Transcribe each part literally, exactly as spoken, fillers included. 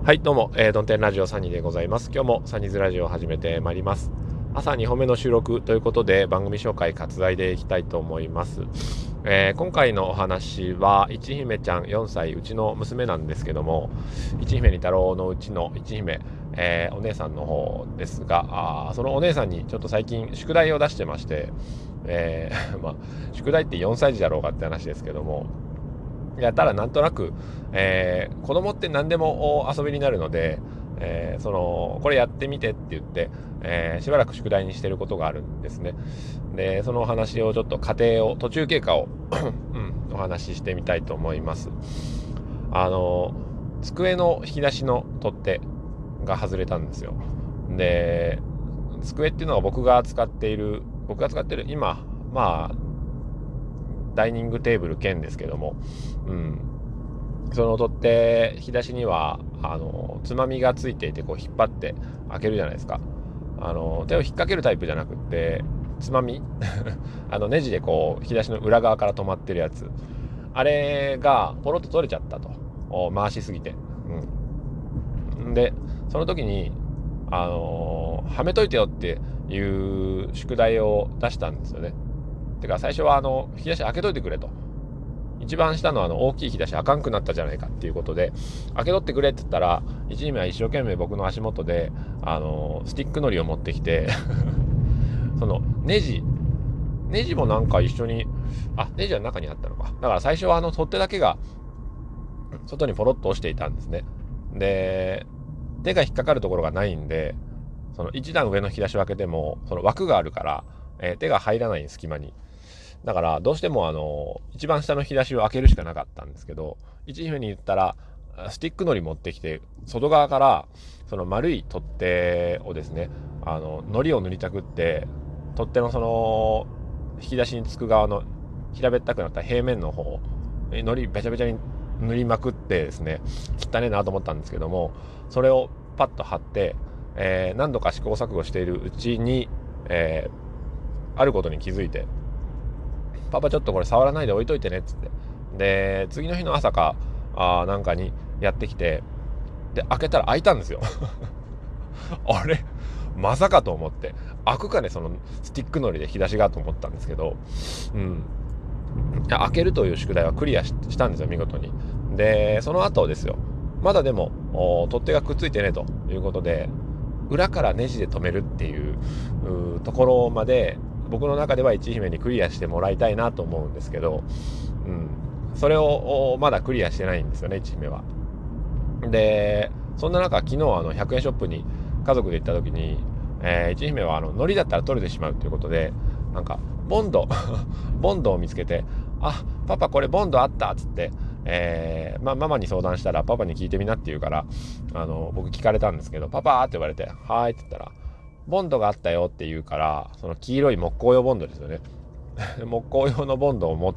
はい、どうも、えー、ドンテンラジオサニーでございます。今日もサニーズラジオを始めてまいります。朝にほんめの収録ということで、番組紹介割愛でいきたいと思います。えー、今回のお話は、いち姫ちゃんよんさい、うちの娘なんですけども、いち姫に太郎のうちのいち姫、えー、お姉さんの方ですが、あそのお姉さんにちょっと最近宿題を出してまして、えーまあ、宿題ってよんさい児だろうかって話ですけども、やったらなんとなく、えー、子供って何でも遊びになるので、えー、そのこれやってみてって言って、えー、しばらく宿題にしてることがあるんですね。でそのお話をちょっと過程を途中経過を、うん、お話ししてみたいと思います。あの机の引き出しの取っ手が外れたんですよ。で机っていうのは僕が使っている僕が使ってる今まあダイニングテーブル兼ですけども、うん、その取っ手引き出しにはあのつまみがついていて、こう引っ張って開けるじゃないですか。あの手を引っ掛けるタイプじゃなくってつまみあのネジでこう引き出しの裏側から止まってるやつ、あれがポロッと取れちゃったと、回しすぎて、うん、でその時にあのはめといてよっていう宿題を出したんですよね。てか最初はあの引き出し開けといてくれと、一番下のあの大きい引き出しあかんくなったじゃないかっていうことで開けとってくれって言ったら、一姫は一生懸命僕の足元であのスティックのりを持ってきてそのネジネジもなんか一緒に、あネジは中にあったのか、だから最初はあの取っ手だけが外にポロッと落ちていたんですね。で手が引っかかるところがないんで、その一段上の引き出しを開けてもその枠があるから、えー、手が入らない隙間に。だからどうしてもあの一番下の引き出しを開けるしかなかったんですけど、一姫に言ったらスティックのり持ってきて外側からその丸い取っ手をですね、あの糊を塗りたくって取っ手のその引き出しにつく側の平べったくなった平面の方糊べちゃべちゃに塗りまくってですね、汚ねえなと思ったんですけども、それをパッと貼って、えー、何度か試行錯誤しているうちに、えー、あることに気づいて、パパちょっとこれ触らないで置いといてねっつって、で次の日の朝かあなんかにやってきて、で開けたら開いたんですよあれまさかと思って、開くかねそのスティックのりで引き出しがと思ったんですけど、うんいや開けるという宿題はクリア し, したんですよ、見事に。でその後ですよ、まだでも取っ手がくっついてねということで裏からネジで留めるっていうところまで僕の中では一姫にクリアしてもらいたいなと思うんですけど、うん、それをまだクリアしてないんですよね、一姫は。でそんな中、昨日あのひゃくえんショップに家族で行った時に、えー、一姫はあの海苔だったら取れてしまうということで、なんかボンドボンドを見つけて、あパパこれボンドあったっつって、えーまあ、ママに相談したらパパに聞いてみなって言うから、あの僕聞かれたんですけど、パパって言われてはーいって言ったら、ボンドがあったよって言うから、その黄色い木工用ボンドですよね木工用のボンドを持って、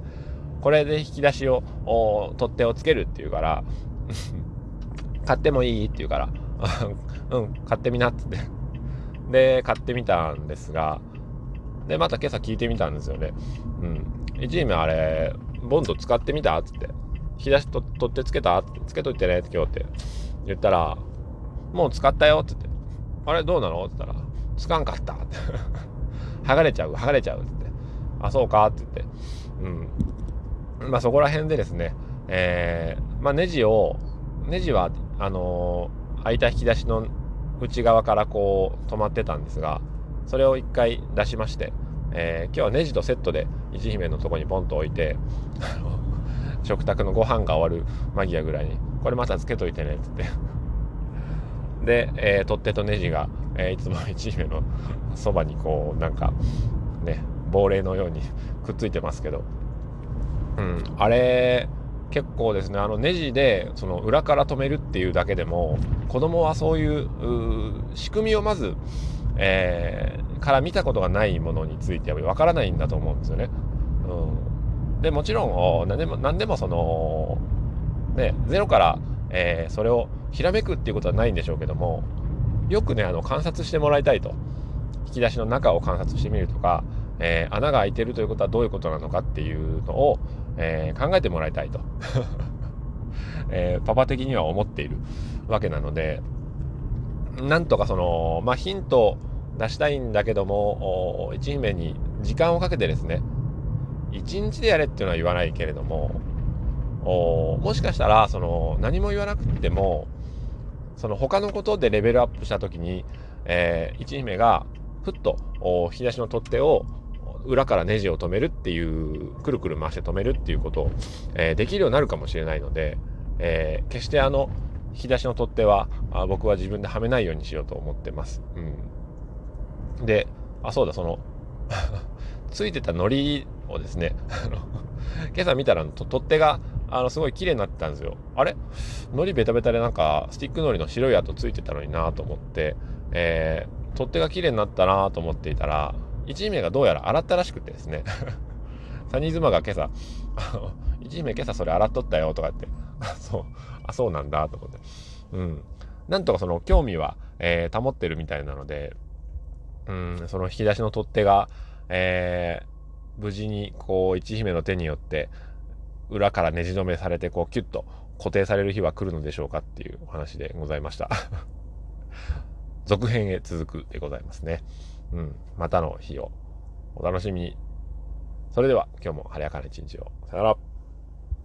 これで引き出しを取っ手をつけるって言うから買ってもいいって言うからうん買ってみなっつってで買ってみたんですが、でまた今朝聞いてみたんですよね。うん一姫あれボンド使ってみたっつって、引き出しと取ってつけたってつけといてねって今日って言ったら、もう使ったよっつって、あれどうなのって言ったら、つかんかったって剥がれちゃう剥がれちゃうって言って、あそうかって言って、うんまあそこら辺でですね、えー、まあネジをネジはあのー、開いた引き出しの内側からこう止まってたんですが、それを一回出しまして、えー、今日はネジとセットで一姫のとこにポンと置いて食卓のご飯が終わる間際ぐらいに、これまたつけといてねっつってで、えー、取っ手とネジが、えー、いつも一姫のそばにこうなんかね亡霊のようにくっついてますけど、うん、あれ結構ですね、あのネジでその裏から止めるっていうだけでも子供はそういう、う仕組みをまず、えー、から見たことがないものについてはわからないんだと思うんですよね。うん、でもちろん何でも何でもそのねゼロから、えー、それをひらめくっていうことはないんでしょうけども、よくねあの観察してもらいたいと、引き出しの中を観察してみるとか、えー、穴が開いてるということはどういうことなのかっていうのを、えー、考えてもらいたいと、えー、パパ的には思っているわけなので、なんとかその、まあ、ヒントを出したいんだけども、一姫に時間をかけてですね、一日でやれっていうのは言わないけれども、もしかしたらその何も言わなくても、その他のことでレベルアップした時に、えー、一姫がふっと引き出しの取っ手を裏からネジを止めるっていう、くるくる回して止めるっていうことを、えー、できるようになるかもしれないので、えー、決してあの引き出しの取っ手はあ僕は自分ではめないようにしようと思ってます。うん、で、あ、そうだ、そのついてた糊をですね今朝見たら取っ手があのすごい綺麗になってたんですよ。あれ、糊ベタベタでなんかスティック糊の白い跡ついてたのになと思って、えー、取っ手が綺麗になったなと思っていたら、一姫がどうやら洗ったらしくてですねサニー妻が今朝一姫今朝それ洗っとったよとか言ってそう、あ、そうなんだと思って、うん、なんとかその興味は、えー、保ってるみたいなので、うん、その引き出しの取っ手が、えー、無事にこう一姫の手によって裏からネジ止めされてこうキュッと固定される日は来るのでしょうかっていうお話でございました続編へ続くでございますね。うん、またの日をお楽しみに。それでは今日も晴れやかな一日を。さよなら。